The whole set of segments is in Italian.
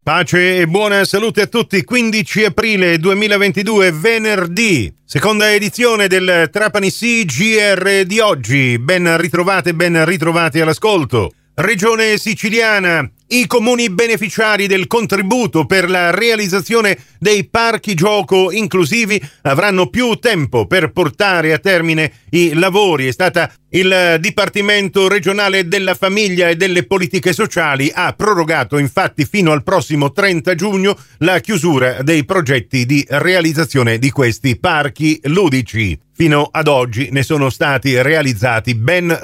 Pace e buona salute a tutti. 15 aprile 2022, venerdì, seconda edizione del Trapani CGR di oggi. Ben ritrovate, ben ritrovati all'ascolto. Regione siciliana, i comuni beneficiari del contributo per la realizzazione dei parchi gioco inclusivi avranno più tempo per portare a termine i lavori. È stata il Dipartimento regionale della famiglia e delle politiche sociali ha prorogato infatti fino al prossimo 30 giugno la chiusura dei progetti di realizzazione di questi parchi ludici. Fino ad oggi ne sono stati realizzati ben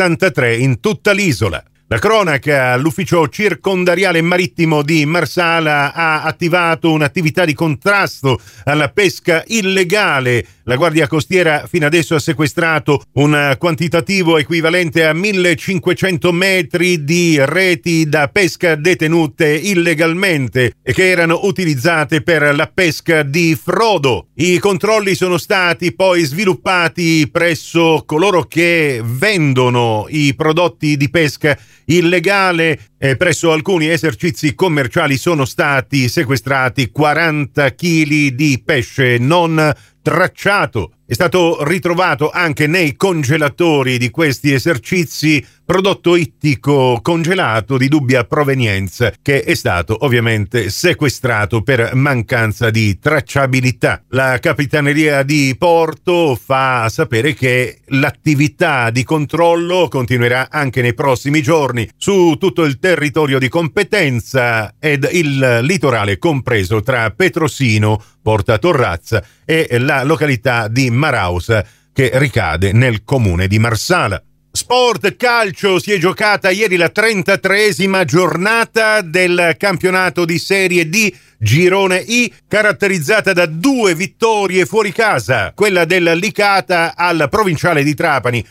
63 in tutta l'isola. La cronaca, l'ufficio circondariale marittimo di Marsala ha attivato un'attività di contrasto alla pesca illegale. La Guardia Costiera fino adesso ha sequestrato un quantitativo equivalente a 1500 metri di reti da pesca detenute illegalmente e che erano utilizzate per la pesca di frodo. I controlli sono stati poi sviluppati presso coloro che vendono i prodotti di pesca illegale e presso alcuni esercizi commerciali sono stati sequestrati 40 kg di pesce non tracciato. È stato ritrovato anche nei congelatori di questi esercizi prodotto ittico congelato di dubbia provenienza che è stato ovviamente sequestrato per mancanza di tracciabilità. La Capitaneria di Porto fa sapere che l'attività di controllo continuerà anche nei prossimi giorni su tutto il territorio di competenza ed il litorale compreso tra Petrosino, Porta Torrazza e la località di Marausa che ricade nel comune di Marsala. Sport calcio, si è giocata ieri la 33esima giornata del campionato di Serie D Girone I, caratterizzata da 2 vittorie fuori casa, quella del Licata al Provinciale di Trapani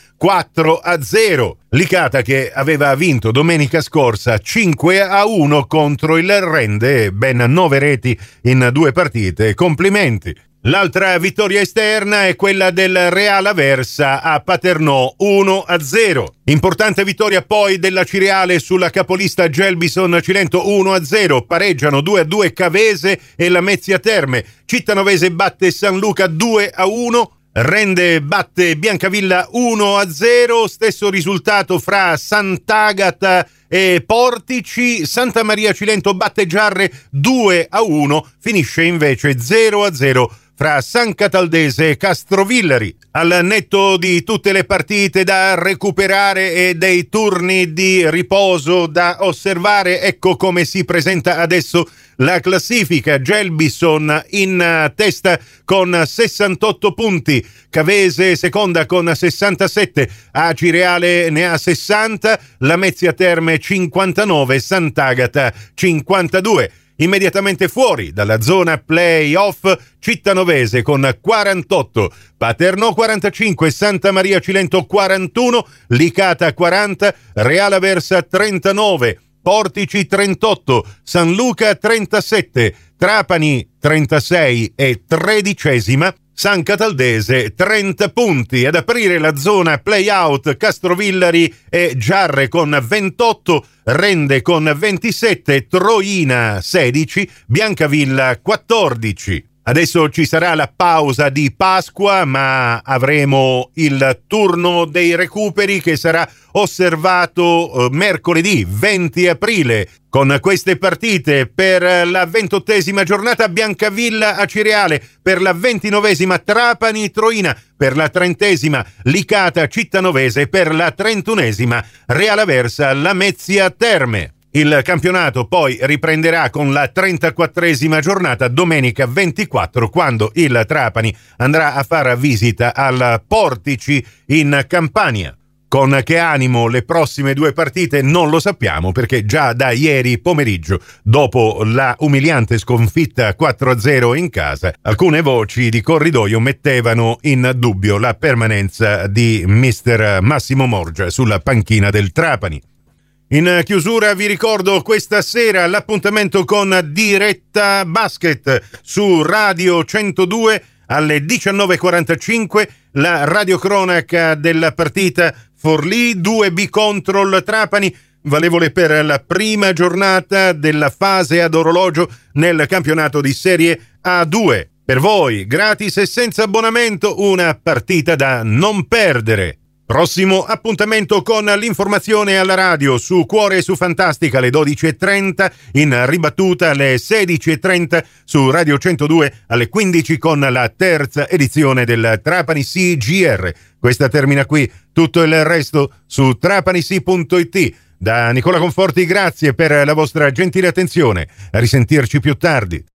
4-0. Licata che aveva vinto domenica scorsa 5-1 contro il Rende, ben 9 reti in 2 partite, complimenti. L'altra vittoria esterna è quella del Real Aversa a Paternò 1-0. Importante vittoria poi della Cireale sulla capolista Gelbison Cilento 1-0. Pareggiano 2-2 Cavese e la Mezzia Terme. Cittanovese batte San Luca 2-1. Rende batte Biancavilla 1-0. Stesso risultato fra Sant'Agata e Portici. Santa Maria Cilento batte Giarre 2-1. Finisce invece 0-0 fra San Cataldese e Castrovillari. Al netto di tutte le partite da recuperare e dei turni di riposo da osservare, ecco come si presenta adesso la classifica. Gelbison in testa con 68 punti, Cavese seconda con 67, Acireale ne ha 60, la Mezzia Terme 59, Sant'Agata 52. Immediatamente fuori dalla zona play-off Cittanovese con 48, Paternò 45, Santa Maria Cilento 41, Licata 40, Real Aversa 39, Portici 38, San Luca 37, Trapani 36 e 13ª, San Cataldese 30 punti. Ad aprire la zona play-out Castrovillari e Giarre con 28, Rende con 27, Troina 16, Biancavilla 14. Adesso ci sarà la pausa di Pasqua, ma avremo il turno dei recuperi che sarà osservato mercoledì 20 aprile con queste partite. Per la 28esima giornata Biancavilla Acireale, per la 29esima Trapani Troina, per la 30esima Licata Cittanovese, per la 31esima Real Aversa La Mezzia Terme. Il campionato poi riprenderà con la 34esima giornata domenica 24, quando il Trapani andrà a far visita al Portici in Campania. Con che animo le prossime 2 partite non lo sappiamo, perché già da ieri pomeriggio, dopo la umiliante sconfitta 4-0 in casa, alcune voci di corridoio mettevano in dubbio la permanenza di mister Massimo Morgia sulla panchina del Trapani. In chiusura vi ricordo questa sera l'appuntamento con Diretta Basket su Radio 102 alle 19:45, la radiocronaca della partita Forlì 2B contro il Trapani valevole per la prima giornata della fase ad orologio nel campionato di Serie A2. Per voi, gratis e senza abbonamento, una partita da non perdere. Prossimo appuntamento con l'informazione alla radio su Cuore e su Fantastica alle 12.30, in ribattuta alle 16.30 su Radio 102 alle 15 con la terza edizione del Trapani CGR. Questa termina qui, tutto il resto su trapanisi.it. Da Nicola Conforti grazie per la vostra gentile attenzione, a risentirci più tardi.